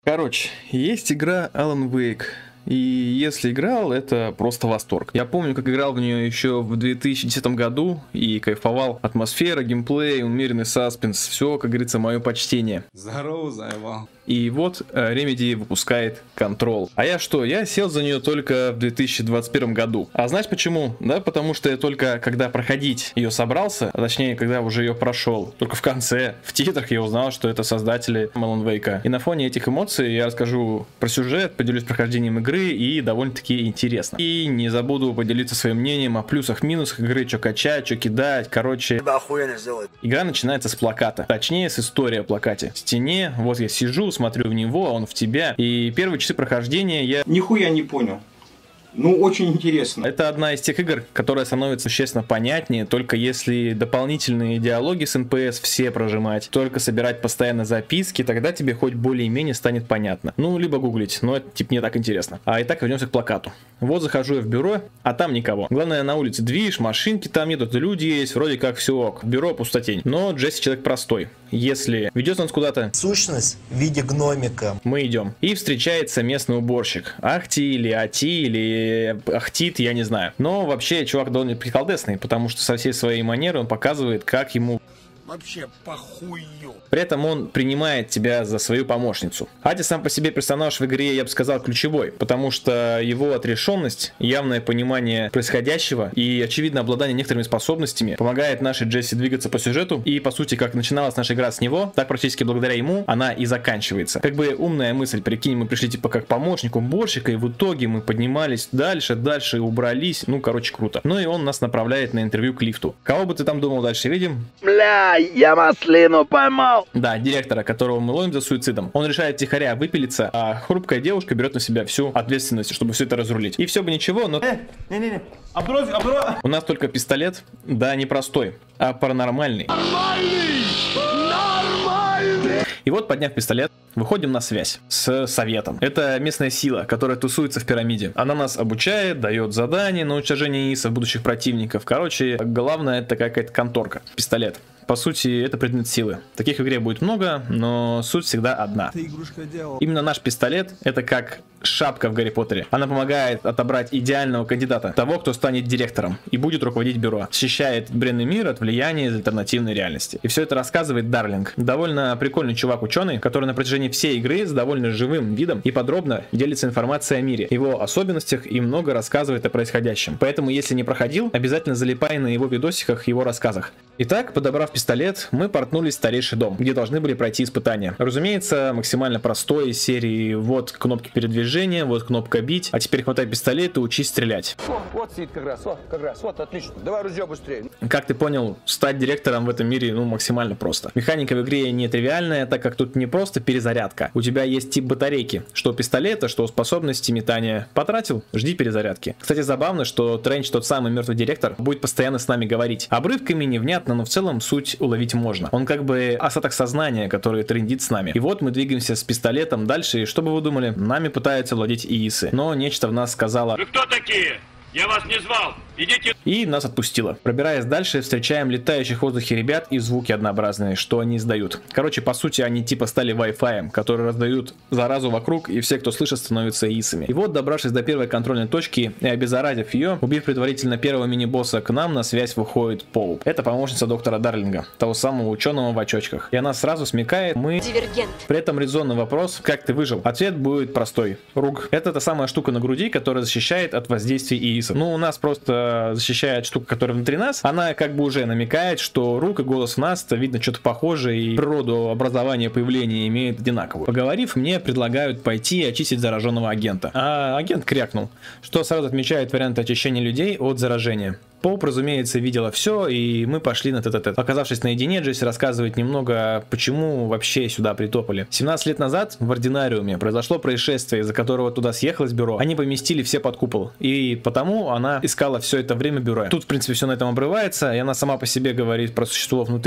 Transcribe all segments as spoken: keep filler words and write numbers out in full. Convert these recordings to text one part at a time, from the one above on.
Короче, есть игра Alan Wake. И если играл, это просто восторг. Я помню, как играл в нее еще в две тысячи десятом году и кайфовал. Атмосфера, геймплей, умеренный саспенс, все, как говорится, мое почтение. Здорово, заебал. И вот Remedy выпускает Control. А я что? Я сел за нее только в две тысячи двадцать первом году. А знаешь почему? Да, потому что я только когда проходить ее собрался, а точнее, когда уже ее прошел, только в конце, в титрах я узнал, что это создатели Alan Wake. И на фоне этих эмоций я расскажу про сюжет, поделюсь прохождением игры, и довольно-таки интересно. И не забуду поделиться своим мнением о плюсах-минусах игры, что качать, что кидать, короче. Игра начинается с плаката, точнее с истории о плакате. В стене, вот я сижу, смотрю в него, а он в тебя. И первые часы прохождения я... Нихуя не понял. Ну, очень интересно. Это одна из тех игр, которая становится существенно понятнее, только если дополнительные диалоги с эн пи эс все прожимать, только собирать постоянно записки, тогда тебе хоть более-менее станет понятно. Ну, либо гуглить, но это типа не так интересно. А итак, вернемся к плакату. Вот захожу я в бюро, а там никого. Главное, на улице движ, машинки там нету, люди есть, вроде как все ок. Бюро пустотень. Но Джесси человек простой. Если ведет он куда-то... Сущность в виде гномика. Мы идем. И встречается местный уборщик. Ахти или Ати или Ахтит, я не знаю. Но вообще чувак довольно приколдесный, потому что со всей своей манерой он показывает, как ему... Вообще похую. При этом он принимает тебя за свою помощницу. Ати сам по себе персонаж в игре, я бы сказал, ключевой, потому что его отрешенность, явное понимание происходящего и, очевидно, обладание некоторыми способностями помогает нашей Джесси двигаться по сюжету. И, по сути, как начиналась наша игра с него, так практически благодаря ему она и заканчивается. Как бы умная мысль, прикинь, мы пришли типа как помощник уборщика, и в итоге мы поднимались дальше, дальше и убрались. Ну, короче, круто. Ну и он нас направляет на интервью к лифту. Кого бы ты там думал, дальше видим? Бля, я маслину поймал. Да, директора, которого мы ловим за суицидом. Он решает тихоря выпилиться, а хрупкая девушка берет на себя всю ответственность, чтобы все это разрулить. И все бы ничего, но... Э, не-не-не, обровь, обровь. У нас только пистолет, да, не простой, а паранормальный. Нормальный! Нормальный! И вот, подняв пистолет, выходим на связь с советом. Это местная сила, которая тусуется в пирамиде. Она нас обучает, дает задания на уничтожение ИСов, будущих противников. Короче, главное, это какая-то конторка. Пистолет. По сути, это предмет силы. Таких в игре будет много, но суть всегда одна. Именно наш пистолет — это как шапка в Гарри Поттере. Она помогает отобрать идеального кандидата, того, кто станет директором и будет руководить бюро. Защищает бренный мир от влияния из альтернативной реальности. И все это рассказывает Дарлинг. Довольно прикольный чувак-ученый, который на протяжении всей игры с довольно живым видом и подробно делится информацией о мире, его особенностях и много рассказывает о происходящем. Поэтому, если не проходил, обязательно залипай на его видосиках, его рассказах. Итак, подобрав пистолет, мы портнулись в старейший дом, где должны были пройти испытания. Разумеется, максимально простой из серии: вот кнопки передвижения, вот кнопка бить, а теперь хватай пистолет и учись стрелять. О, вот сидит как раз, вот, как раз, вот, отлично. Давай ружье быстрее. Как ты понял, стать директором в этом мире, ну, максимально просто. Механика в игре не тривиальная, так как тут не просто перезарядка. У тебя есть тип батарейки, что у пистолета, что у способности метания. Потратил, жди перезарядки. Кстати, забавно, что Тренч, тот самый мертвый директор, будет постоянно с нами говорить. Обрывками невнятно, но в целом суть уловить можно. Он как бы остаток сознания, который трендит с нами. И вот мы двигаемся с пистолетом дальше, и что бы вы думали? Нами пытаются владеть ИИСы. Но нечто в нас сказало: вы кто такие? Я вас не звал. Идите. И нас отпустило. Пробираясь дальше, встречаем летающих в воздухе ребят и звуки однообразные, что они издают. Короче, по сути, они типа стали Wi-Fi, которые раздают заразу вокруг, и все, кто слышит, становятся ИИСами. И вот, добравшись до первой контрольной точки и обеззаразив ее, убив предварительно первого мини-босса, к нам на связь выходит Поуп. Это помощница доктора Дарлинга, того самого ученого в очочках. И она сразу смекает: мы... Дивергент. При этом резонный вопрос: как ты выжил? Ответ будет простой: рук. Это та самая штука на груди, которая защищает от воздействия ИИСов. Ну, у нас просто защищает штука, которая внутри нас. Она как бы уже намекает, что рук и голос в нас, -то видно что-то похожее, и природу образования появления имеет одинаковую. Поговорив, мне предлагают пойти и очистить зараженного агента. А агент крякнул, что сразу отмечает вариант очищения людей от заражения. Поуп, разумеется, видела все, и мы пошли на тет-а-тет. Оказавшись наедине, Джесси рассказывает немного, почему вообще сюда притопали. семнадцать лет назад в Ординариуме произошло происшествие, из-за которого туда съехалось бюро. Они поместили все под купол, и потому она искала все это время бюро. Тут, в принципе, все на этом обрывается, и она сама по себе говорит про существо внутри.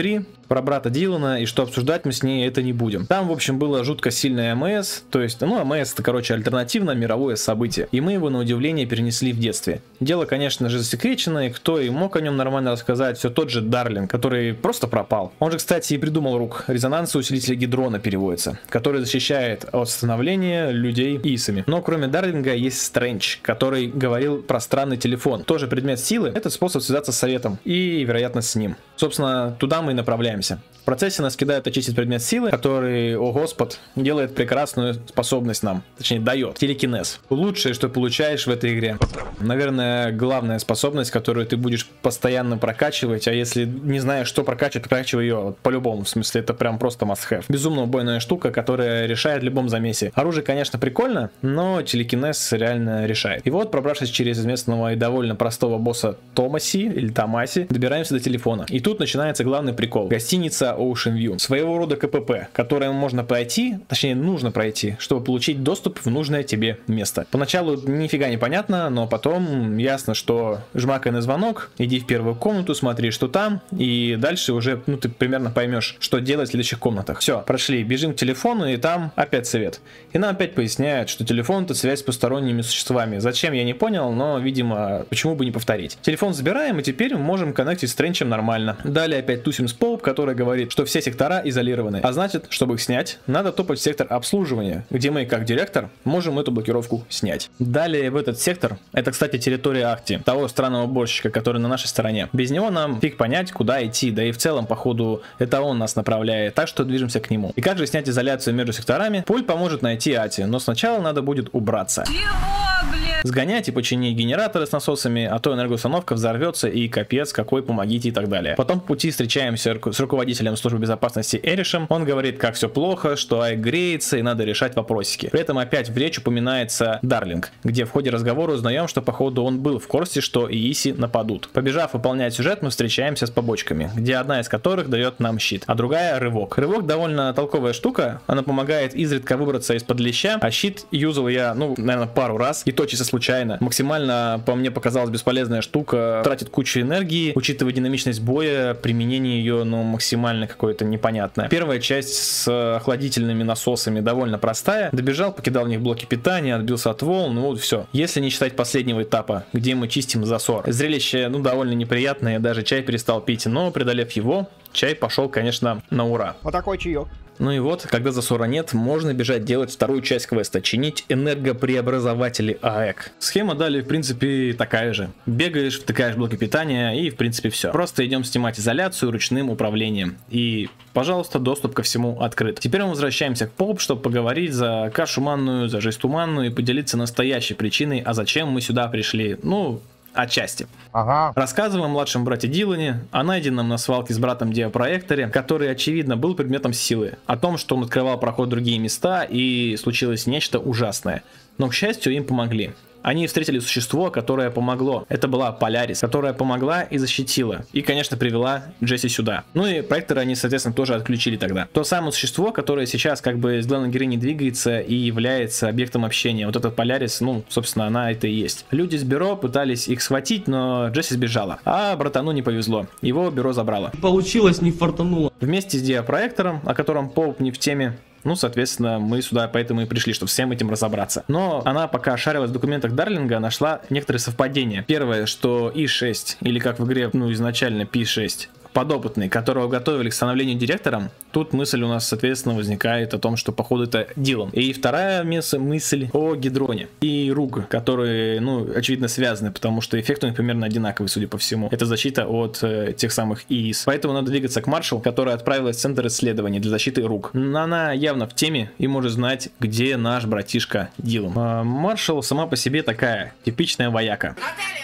про брата Дилана, и что обсуждать мы с ней это не будем. Там, в общем, было жутко сильное АМС, то есть, ну, АМС это, короче, альтернативно мировое событие, и мы его, на удивление, перенесли в детстве. Дело, конечно же, засекречено, и кто и мог о нем нормально рассказать, все тот же Дарлинг, который просто пропал. Он же, кстати, и придумал рук. Резонансы усилителя гидрона переводится, который защищает от становления людей исами. Но кроме Дарлинга есть Стрэндж, который говорил про странный телефон. Тоже предмет силы. Это способ связаться с Советом и, вероятно, с ним. Собственно, туда мы и направляемся. В процессе нас кидают очистить предмет силы, который, о господь, делает прекрасную способность нам. Точнее, дает. Телекинез. Лучшее, что получаешь в этой игре. Наверное, главная способность, которую ты будешь постоянно прокачивать, а если не знаешь, что прокачивать, то прокачивай ее вот, по-любому. В смысле, это прям просто must-have. Безумно убойная штука, которая решает в любом замесе. Оружие, конечно, прикольно, но телекинез реально решает. И вот, пробравшись через известного и довольно простого босса Томаси, или Томаси, добираемся до телефона. И тут начинается главный прикол. Гостиница Ocean View. Своего рода КПП, которое можно пройти, точнее нужно пройти, чтобы получить доступ в нужное тебе место. Поначалу нифига не понятно, но потом ясно, что жмакай на звонок, иди в первую комнату, смотри, что там, и дальше уже, ну, ты примерно поймешь, что делать в следующих комнатах. Все, прошли, бежим к телефону, и там опять совет. И нам опять поясняют, что телефон — это связь с посторонними существами. Зачем, я не понял, но, видимо, почему бы не повторить. Телефон забираем, и теперь можем коннектить с Стрэнджем нормально. Далее опять тусим с Поуп, который говорит, что все сектора изолированы. А значит, чтобы их снять, надо топать в сектор обслуживания, где мы, как директор, можем эту блокировку снять. Далее в этот сектор, это, кстати, территория Ахти, того странного уборщика, который на нашей стороне. Без него нам фиг понять, куда идти, да и в целом, походу, это он нас направляет, так что движемся к нему. И как же снять изоляцию между секторами? Пуль поможет найти Ати, но сначала надо будет убраться. Сгонять и починить генераторы с насосами, а то энергоустановка взорвется и капец какой, помогите и так далее. Потом по пути встречаемся с руководителем службы безопасности Эришем. Он говорит, как все плохо, что Ай греется и надо решать вопросики. При этом опять в речь упоминается Дарлинг, где в ходе разговора узнаем, что походу он был в курсе, что Ииси нападут. Побежав выполнять сюжет, мы встречаемся с побочками, где одна из которых дает нам щит, а другая рывок. Рывок довольно толковая штука, она помогает изредка выбраться из-под леща, а щит юзал я, ну, наверное, пару раз, и то чисто случайно. Максимально, по мне, показалась бесполезная штука, тратит кучу энергии, учитывая динамичность боя, применение ее, ну, максимально какое-то непонятное. Первая часть с охладительными насосами довольно простая. Добежал, покидал в них блоки питания, отбился от волн, ну вот все. Если не считать последнего этапа, где мы чистим засор. Зрелище, ну, довольно неприятное, я даже чай перестал пить, но, преодолев его, чай пошел, конечно, на ура. Вот такой чаек. Ну и вот, когда засора нет, можно бежать делать вторую часть квеста, чинить энергопреобразователи АЭК. Схема далее, в принципе, такая же. Бегаешь, втыкаешь блоки питания и, в принципе, все. Просто идем снимать изоляцию ручным управлением. И, пожалуйста, доступ ко всему открыт. Теперь мы возвращаемся к Поп, чтобы поговорить за кашу манную, за жесть туманную и поделиться настоящей причиной, а зачем мы сюда пришли. Ну... Отчасти. Ага. Рассказываем о младшем брате Дилане, о найденном на свалке с братом диапроекторе, который, очевидно, был предметом силы, о том, что он открывал проход в другие места и случилось нечто ужасное. Но, к счастью, им помогли. Они встретили существо, которое помогло. Это была Полярис, которая помогла и защитила. И, конечно, привела Джесси сюда. Ну и проекторы они, соответственно, тоже отключили тогда. То самое существо, которое сейчас как бы с главной героиней двигается и является объектом общения. Вот этот Полярис, ну, собственно, она это и есть. Люди с бюро пытались их схватить, но Джесси сбежала. А братану не повезло. Его бюро забрало. Получилось, не фартануло. Вместе с диапроектором, о котором Поуп не в теме, ну, соответственно, мы сюда поэтому и пришли, чтобы всем этим разобраться. Но она, пока шарилась в документах Дарлинга, нашла некоторые совпадения. Первое, что И шесть, или как в игре, ну, изначально Пи шесть, подопытный, которого готовили к становлению директором, тут мысль у нас, соответственно, возникает о том, что, походу, это Дилан. И вторая мысль о Гидроне и Руг, которые, ну, очевидно, связаны, потому что эффект у них примерно одинаковый, судя по всему. Это защита от э, тех самых ИИС. Поэтому надо двигаться к Маршал, которая отправилась в центр исследований для защиты Руг. Она явно в теме и может знать, где наш братишка Дилан. А Маршал сама по себе такая типичная вояка.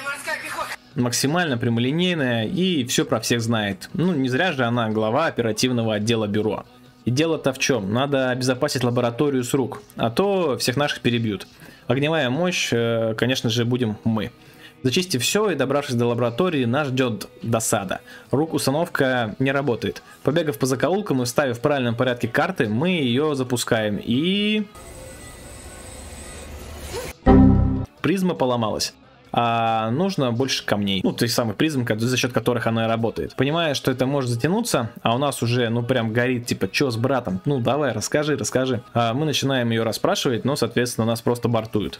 Максимально прямолинейная и все про всех знает. Ну, не зря же она глава оперативного отдела бюро. И дело-то в чем? Надо обезопасить лабораторию с Рук, а то всех наших перебьют. Огневая мощь, конечно же, будем мы. Зачистив все и добравшись до лаборатории, нас ждет досада. Рук установка не работает. Побегав по закоулкам и вставив в правильном порядке карты, мы ее запускаем и... Призма поломалась. а нужно больше камней. Ну, то есть самый призм, за счет которых она и работает. Понимая, что это может затянуться, а у нас уже, ну, прям горит, типа, чё с братом? Ну, давай, расскажи, расскажи. А мы начинаем ее расспрашивать, но, соответственно, нас просто бортуют.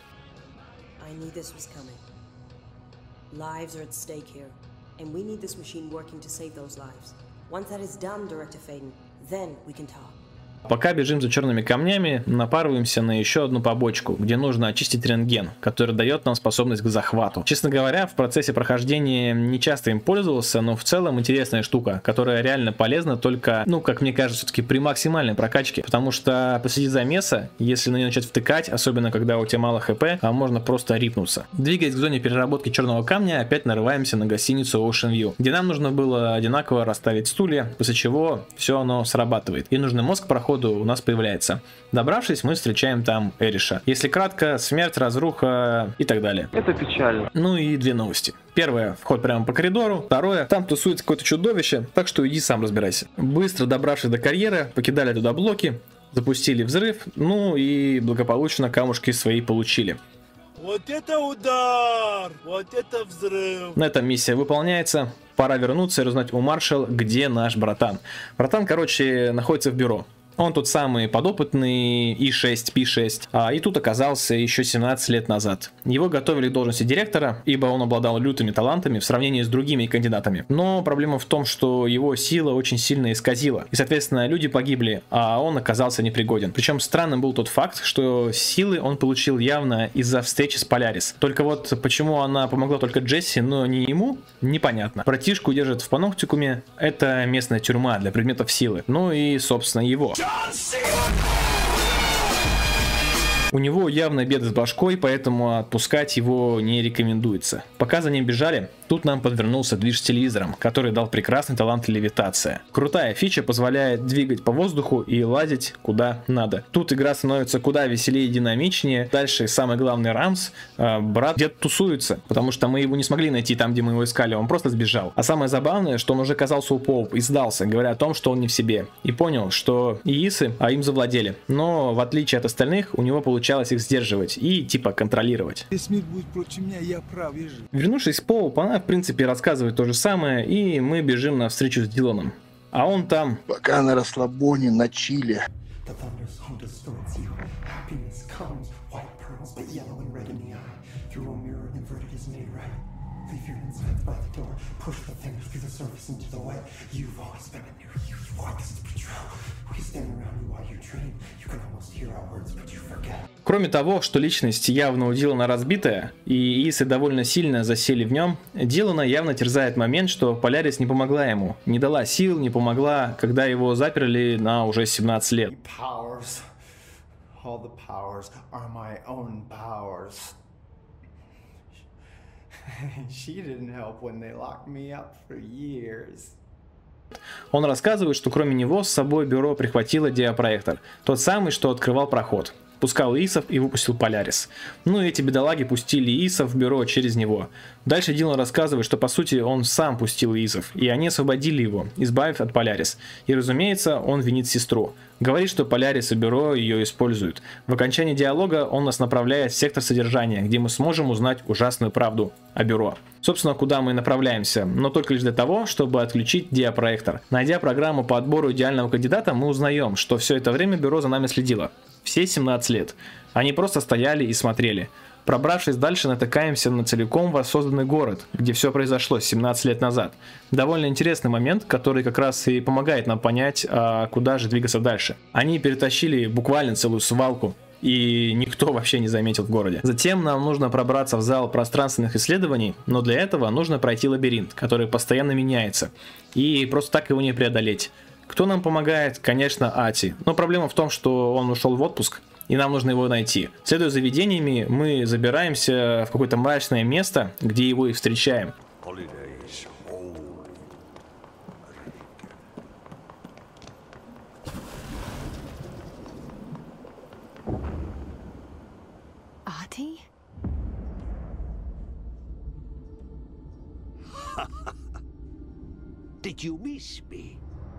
Пока бежим за черными камнями, напарываемся на еще одну побочку, где нужно очистить рентген, который дает нам способность к захвату. Честно говоря, в процессе прохождения не часто им пользовался, но в целом интересная штука, которая реально полезна только, ну, как мне кажется, все-таки при максимальной прокачке, потому что посреди замеса, если на нее начать втыкать, особенно когда у тебя мало хп, можно просто рипнуться. Двигаясь к зоне переработки черного камня, опять нарываемся на гостиницу Ocean View, где нам нужно было одинаково расставить стулья, после чего все оно срабатывает, и нужный мозг проходит у нас появляется. Добравшись, мы встречаем там Эриша. Если кратко, смерть, разруха и так далее. Это печально. Ну и две новости. Первое, вход прямо по коридору. Второе, там тусуется какое-то чудовище, так что иди сам разбирайся. Быстро добравшись до карьеры, покидали туда блоки, запустили взрыв, ну и благополучно камушки свои получили. Вот это удар! Вот это взрыв! На этом миссия выполняется. Пора вернуться и узнать у Маршал, где наш братан. Братан, короче, находится в бюро. Он тот самый подопытный и шесть, пи шесть, а, и тут оказался еще семнадцать лет назад. Его готовили к должности директора, ибо он обладал лютыми талантами в сравнении с другими кандидатами. Но проблема в том, что его сила очень сильно исказила, и, соответственно, люди погибли, а он оказался непригоден. Причем странным был тот факт, что силы он получил явно из-за встречи с Полярис. Только вот почему она помогла только Джесси, но не ему, непонятно. Братишку держат в паноктикуме, это местная тюрьма для предметов силы, ну и, собственно, его. У него явно беды с башкой, поэтому отпускать его не рекомендуется. Пока за ним бежали, тут нам подвернулся движ с телевизором, который дал прекрасный талант левитация. Крутая фича позволяет двигать по воздуху и лазить куда надо. Тут игра становится куда веселее и динамичнее. Дальше самый главный Рамс, э, брат где-то тусуется, потому что мы его не смогли найти там, где мы его искали, он просто сбежал. А самое забавное, что он уже оказался у Поуп и сдался, говоря о том, что он не в себе. И понял, что иисы, а им завладели. Но в отличие от остальных, у него получилось Получалось их сдерживать и типа контролировать. Весь мир будет против меня, я прав, вижу. Вернувшись в Поуп, она в принципе рассказывает то же самое, и мы бежим на встречу с Диланом. А он там... Пока на расслабоне, на чиле. Кроме того, что личность явно у Дилана разбитая, и иисы довольно сильно засели в нем, Дилана явно терзает момент, что Полярис не помогла ему, не дала сил, не помогла, когда его заперли на уже семнадцать лет. Он рассказывает, что кроме него с собой бюро прихватило диапроектор, тот самый, что открывал проход. Пускал иисов и выпустил Полярис. Ну и эти бедолаги пустили иисов в бюро через него. Дальше Дилан рассказывает, что по сути он сам пустил иисов, и они освободили его, избавив от Полярис. И разумеется, он винит сестру. Говорит, что Полярис и бюро ее используют. В окончании диалога он нас направляет в сектор содержания, где мы сможем узнать ужасную правду о бюро. Собственно, куда мы направляемся, но только лишь для того, чтобы отключить диапроектор. Найдя программу по отбору идеального кандидата, мы узнаем, что все это время бюро за нами следило. Все семнадцать лет. Они просто стояли и смотрели. Пробравшись дальше, натыкаемся на целиком воссозданный город, где все произошло семнадцать лет назад. Довольно интересный момент, который как раз и помогает нам понять, а куда же двигаться дальше. Они перетащили буквально целую свалку, и никто вообще не заметил в городе. Затем нам нужно пробраться в зал пространственных исследований, но для этого нужно пройти лабиринт, который постоянно меняется, и просто так его не преодолеть. Кто нам помогает? Конечно, Ати. Но проблема в том, что он ушел в отпуск, и нам нужно его найти. Следуя за видениями, мы забираемся в какое-то мрачное место, где его и встречаем. Ati? Did you miss me?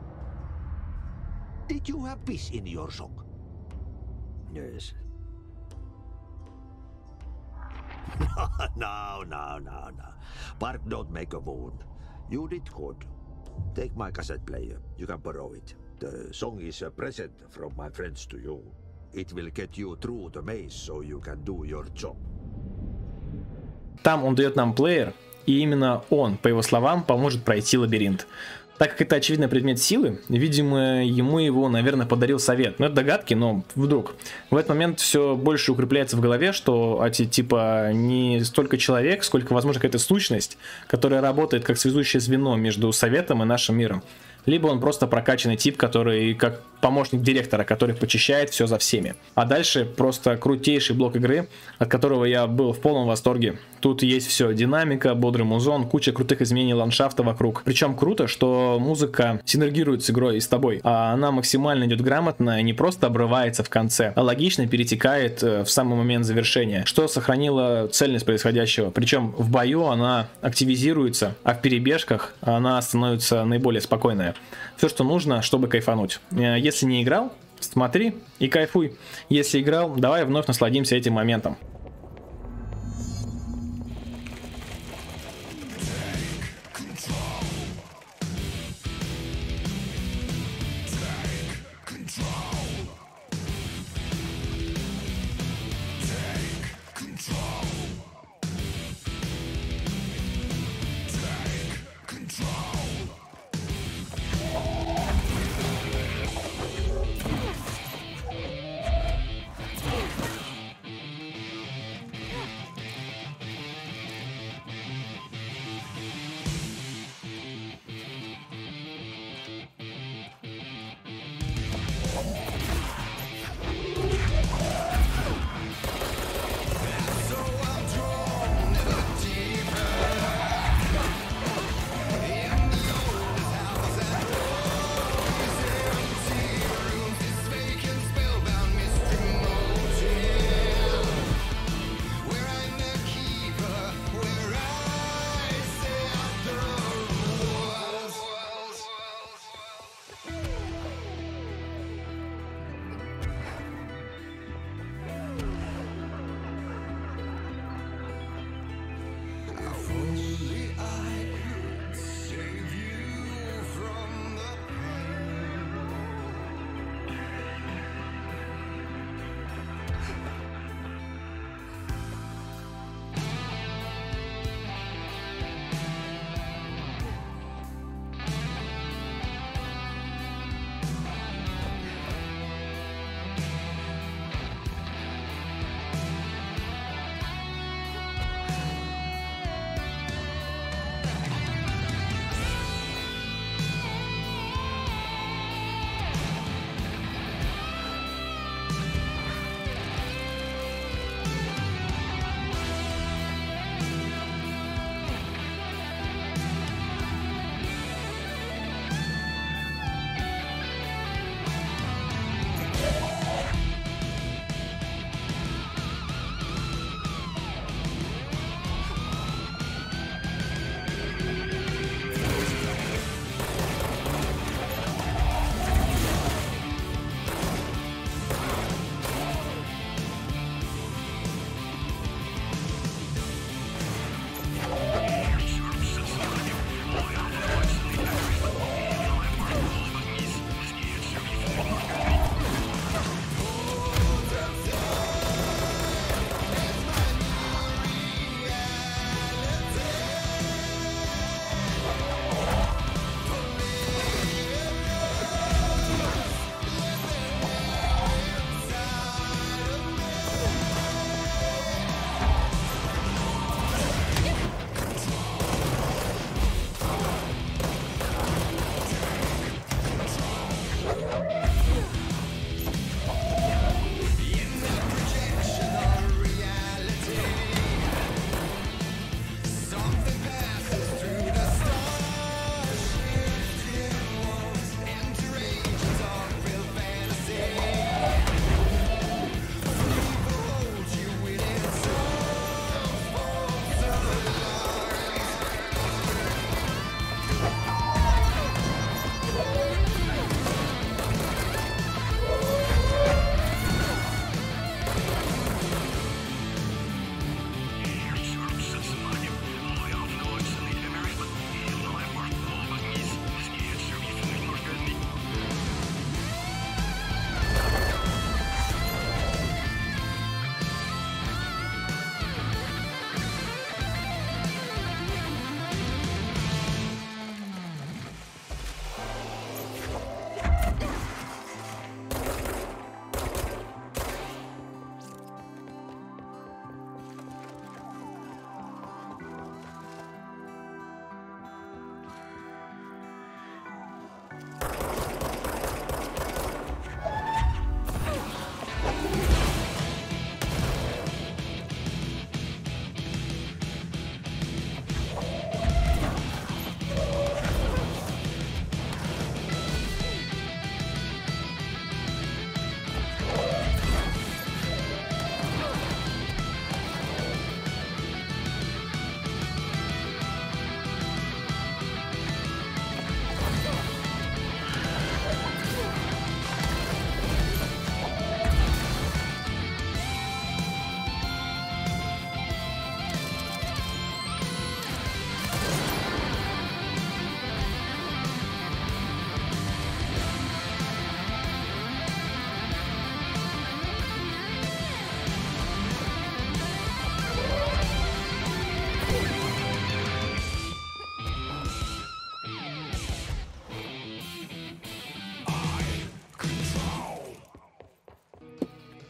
Did you have fish in your song? Yes. no, no, no, no. Bark don't make a wound. You did good. Take my cassette player. You can borrow it. The song is a present from my friends to you. It will get you through the maze, so you can do your job. Там он дает нам плеер, и именно он, по его словам, поможет пройти лабиринт. Так как это очевидно предмет силы, видимо, ему его, наверное, подарил совет. Ну, это догадки, но вдруг. В этот момент все больше укрепляется в голове, что эти, типа, не столько человек, сколько, возможно, какая-то сущность, которая работает как связующее звено между советом и нашим миром. Либо он просто прокачанный тип, который как помощник директора, который почищает все за всеми. А дальше просто крутейший блок игры, от которого я был в полном восторге. Тут есть все: динамика, бодрый музон, куча крутых изменений ландшафта вокруг. Причем круто, что музыка синергирует с игрой и с тобой. А она максимально идет грамотно и не просто обрывается в конце, а логично перетекает в самый момент завершения, что сохранило цельность происходящего. Причем в бою она активизируется, а в перебежках она становится наиболее спокойная. Все, что нужно, чтобы кайфануть. Если не играл, смотри и кайфуй. Если играл, давай вновь насладимся этим моментом.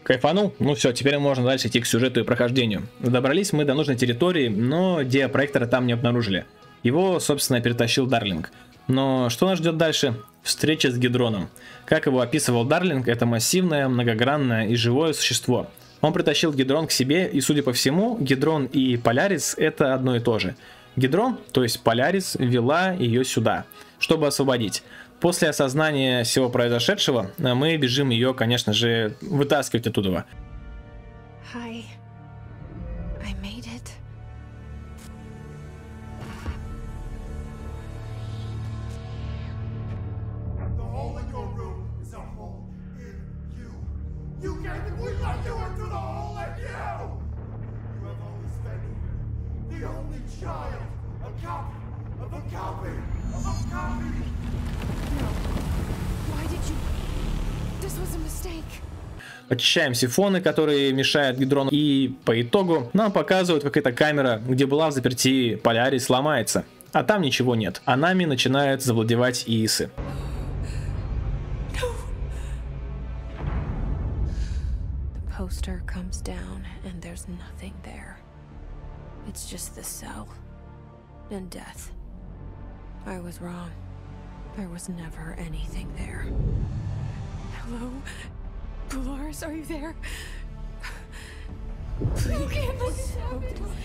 Кайфанул? Ну все, теперь можно дальше идти к сюжету и прохождению. Добрались мы до нужной территории, но диапроектора там не обнаружили. Его, собственно, перетащил Дарлинг. Но что нас ждет дальше? Встреча с Гидроном. Как его описывал Дарлинг, это массивное, многогранное и живое существо. Он притащил Гидрон к себе, и, судя по всему, Гидрон и Полярис это одно и то же. Гидрон, то есть Полярис, вела ее сюда, чтобы освободить. После осознания всего произошедшего мы бежим ее, конечно же, вытаскивать оттуда. Hi. I made it. The hole in your room is a hole in you. You gave me, we let you into the hole in you! You have always been the only child, a copy of a copy of a copy! No. Why did you... This was a mistake. Очищаем сифоны, которые мешают Гидрону, и по итогу нам показывают, как эта камера, где была в заперти Полярис, ломается. А там ничего нет. А нами начинают завладевать иисы. Poster comes down and there's nothing there. It's just the cell and death. I was wrong. There was never anything there. Hello? Polaris, are you there? Please. You can't be so...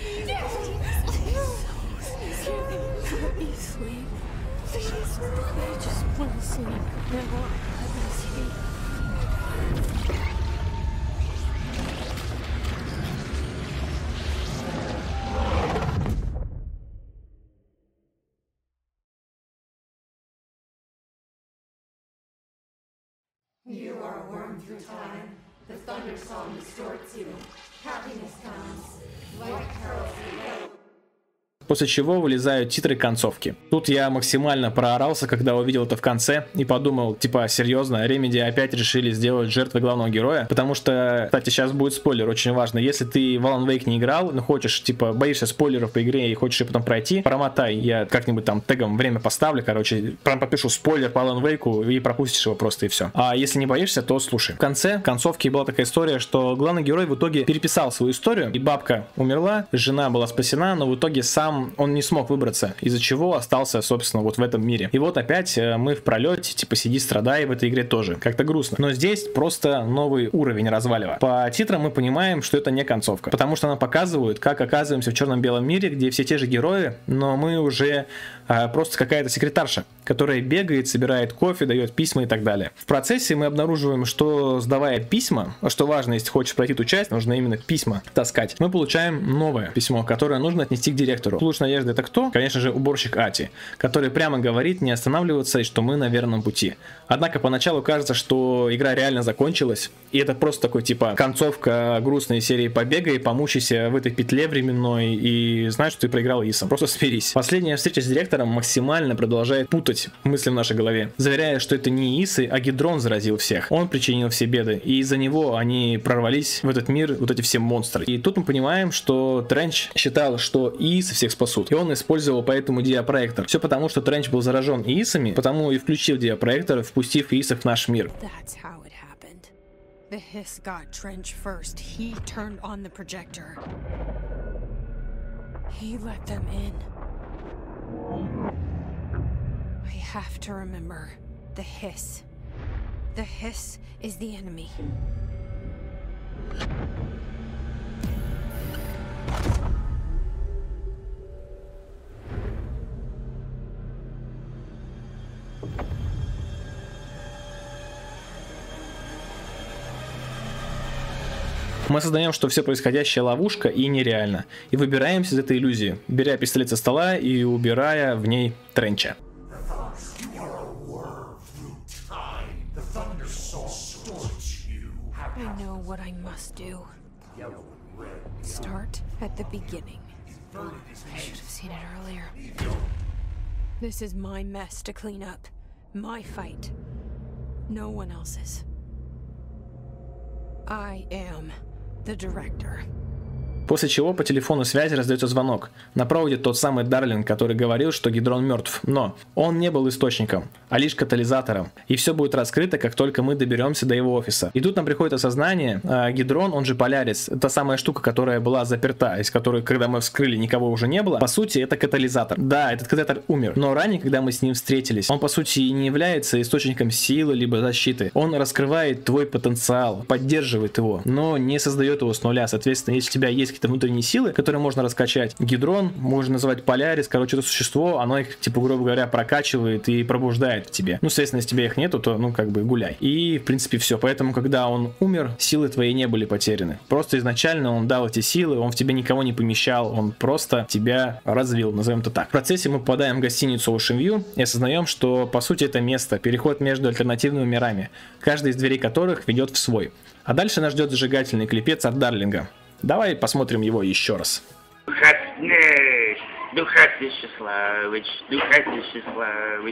Let me sleep. Please. I just want to sleep. Now, let me sleep. You are a worm through time. The thunder song distorts you. Happiness comes. White pearls you. После чего вылезают титры концовки. Тут я максимально проорался, когда увидел это в конце, и подумал, типа, серьезно, Remedy опять решили сделать жертвой главного героя, потому что, кстати, сейчас будет спойлер, очень важно, если ты в Alan Wake не играл, но хочешь, типа, боишься спойлеров по игре и хочешь ее потом пройти, промотай, я как-нибудь там тегом время поставлю, короче, прям подпишу спойлер по Alan Wake и пропустишь его просто, и все. А если не боишься, то слушай. В конце концовки была такая история, что главный герой в итоге переписал свою историю, и бабка умерла, жена была спасена, но в итоге сам он не смог выбраться, из-за чего остался, собственно, вот в этом мире. И вот опять мы в пролете, типа, сиди, страдай в этой игре тоже. Как-то грустно. Но здесь просто новый уровень развалива. По титрам мы понимаем, что это не концовка, потому что нам показывают, как оказываемся в черно-белом мире, где все те же герои, но мы уже а, просто какая-то секретарша, которая бегает, собирает кофе, дает письма и так далее. В процессе мы обнаруживаем, что, сдавая письма, что важно, если хочешь пройти эту часть, нужно именно письма таскать, мы получаем новое письмо, которое нужно отнести к директору. Луч надежды — это кто? Конечно же, уборщик Ати, который прямо говорит не останавливаться и что мы на верном пути. Однако поначалу кажется, что игра реально закончилась, и это просто такой типа концовка грустной серии «Побегай, помучайся в этой петле временной и знаешь, что ты проиграл Исом. Просто смирись». Последняя встреча с директором максимально продолжает путать мысли в нашей голове, заверяя, что это не Исы, а Гидрон заразил всех. Он причинил все беды, и из-за него они прорвались в этот мир, вот эти все монстры. И тут мы понимаем, что Тренч считал, что Иисы всех спасут, и он использовал поэтому диапроектор. Все потому, что Тренч был заражен Иисами, потому и включил диапроектор, впустив Иисов в наш мир. The hiss got Trench first. He turned on the projector. He let them in. I have to remember the hiss. The hiss is the enemy. Мы осознаем, что все происходящее ловушка и нереально, и выбираемся из этой иллюзии, беря пистолет со стола и убирая в ней Тренча. I know what I must do. Start at the beginning. I should have seen it earlier. This is my mess to clean up. My fight. No one else's. I am the director. После чего по телефону связи раздается звонок. На проводе тот самый Дарлинг, который говорил, что Гидрон мертв. Но он не был источником, а лишь катализатором. И все будет раскрыто, как только мы доберемся до его офиса. И тут нам приходит осознание, э, Гидрон, он же Полярис, та самая штука, которая была заперта, из которой, когда мы вскрыли, никого уже не было. По сути, это катализатор. Да, этот катализатор умер. Но ранее, когда мы с ним встретились, он по сути и не является источником силы либо защиты. Он раскрывает твой потенциал, поддерживает его, но не создает его с нуля. Соответственно, если у тебя есть какие-то внутренние силы, которые можно раскачать, Гидрон, можно называть Полярис, короче, это существо, оно их, типа, грубо говоря, прокачивает и пробуждает в тебе. Ну, соответственно, если тебя их нету, то, ну, как бы, гуляй. И, в принципе, все. Поэтому, когда он умер, силы твои не были потеряны. Просто изначально он дал эти силы, он в тебе никого не помещал, он просто тебя развил, назовем это так. В процессе мы попадаем в гостиницу Ocean View и осознаем, что, по сути, это место, переход между альтернативными мирами, каждый из дверей которых ведет в свой. А дальше нас ждет зажигательный клипец от Дарлинга. Давай посмотрим его еще раз. Духатный, Духатный Счастливыч, Духатный Счастливыч.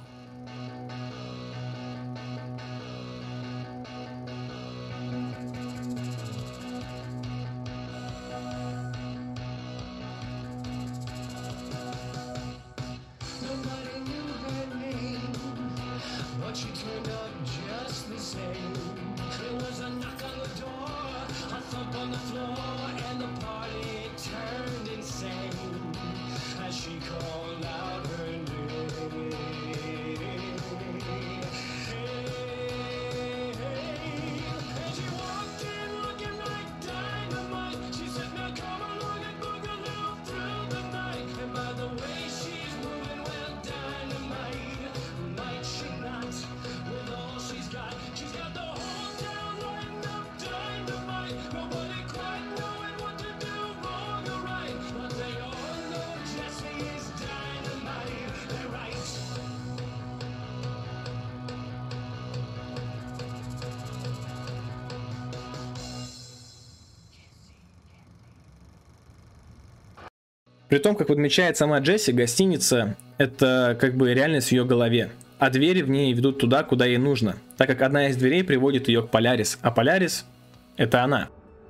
При том, как подмечает сама Джесси, гостиница — это как бы реальность в ее голове, а двери в ней ведут туда, куда ей нужно, так как одна из дверей приводит ее к Полярис, а Полярис — это она.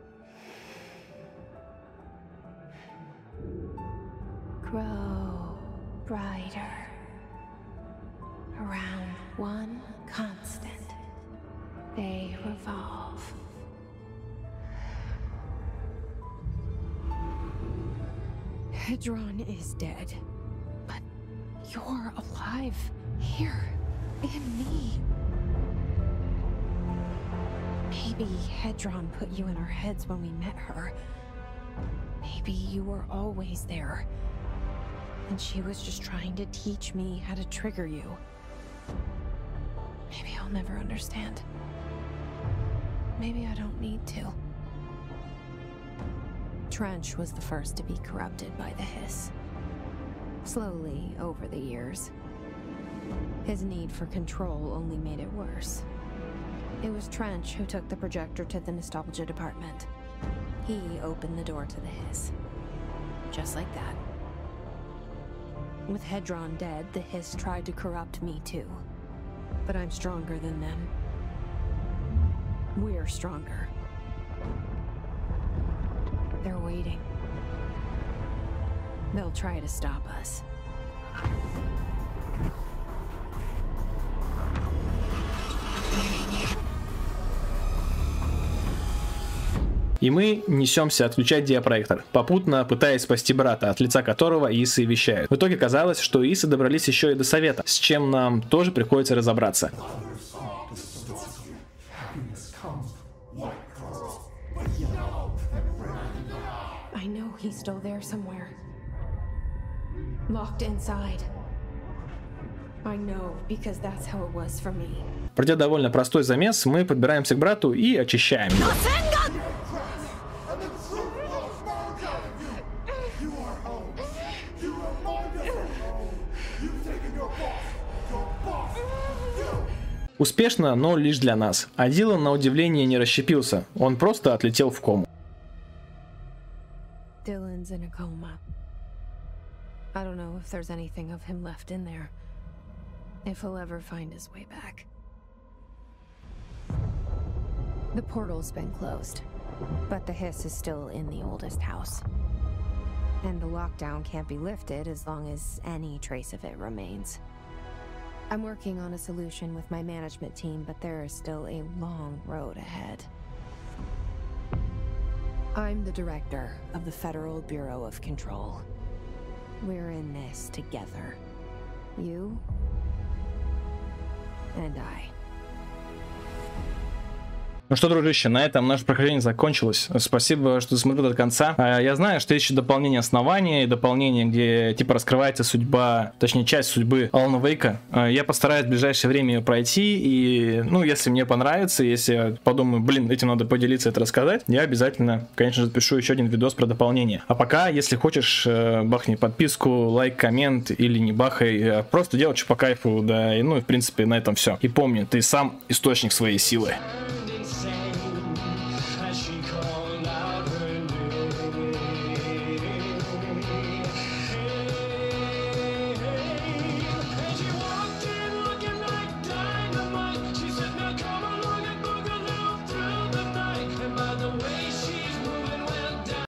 Grow brighter around one constant. They revolve. Hedron is dead, but you're alive here in me. Maybe Hedron put you in our heads when we met her. Maybe you were always there, and she was just trying to teach me how to trigger you. Maybe I'll never understand. Maybe I don't need to. Trench was the first to be corrupted by the Hiss. Slowly, over the years. His need for control only made it worse. It was Trench who took the projector to the nostalgia department. He opened the door to the Hiss. Just like that. With Hedron dead, the Hiss tried to corrupt me too. But I'm stronger than them. We're stronger. They're waiting. They'll try to stop us. И мы несемся отключать диапроектор, попутно пытаясь спасти брата, от лица которого Исы вещают. В итоге казалось, что Исы добрались еще и до совета, с чем нам тоже приходится разобраться. I know he's still there somewhere. Locked inside. I know, because that's how it was for me. Пройдя довольно простой замес, мы подбираемся к брату и очищаем его. Успешно, но лишь для нас. А Дилан, на удивление, не расщепился. Он просто отлетел в кому. Dylan's in a coma. I don't know if there's anything of him left in there. If he'll ever find his way back. The portal's been closed. But the hiss is still in the oldest house. And the lockdown can't be lifted as long as any trace of it remains. I'm working on a solution with my management team, but there is still a long road ahead. I'm the director of the Federal Bureau of Control. We're in this together. You and I. Ну что, дружище, на этом наше прохождение закончилось. Спасибо, что смотрел до конца. Я знаю, что есть еще дополнение основания и дополнение, где типа раскрывается судьба, точнее часть судьбы Алана Вейка. Я постараюсь в ближайшее время ее пройти, и, ну, если мне понравится, если я подумаю, блин, этим надо поделиться, это рассказать, я обязательно, конечно же, запишу еще один видос про дополнение. А пока, если хочешь, бахни подписку, лайк, коммент или не бахай, просто делай что по кайфу, да, и, ну, и в принципе на этом все. И помни, ты сам источник своей силы.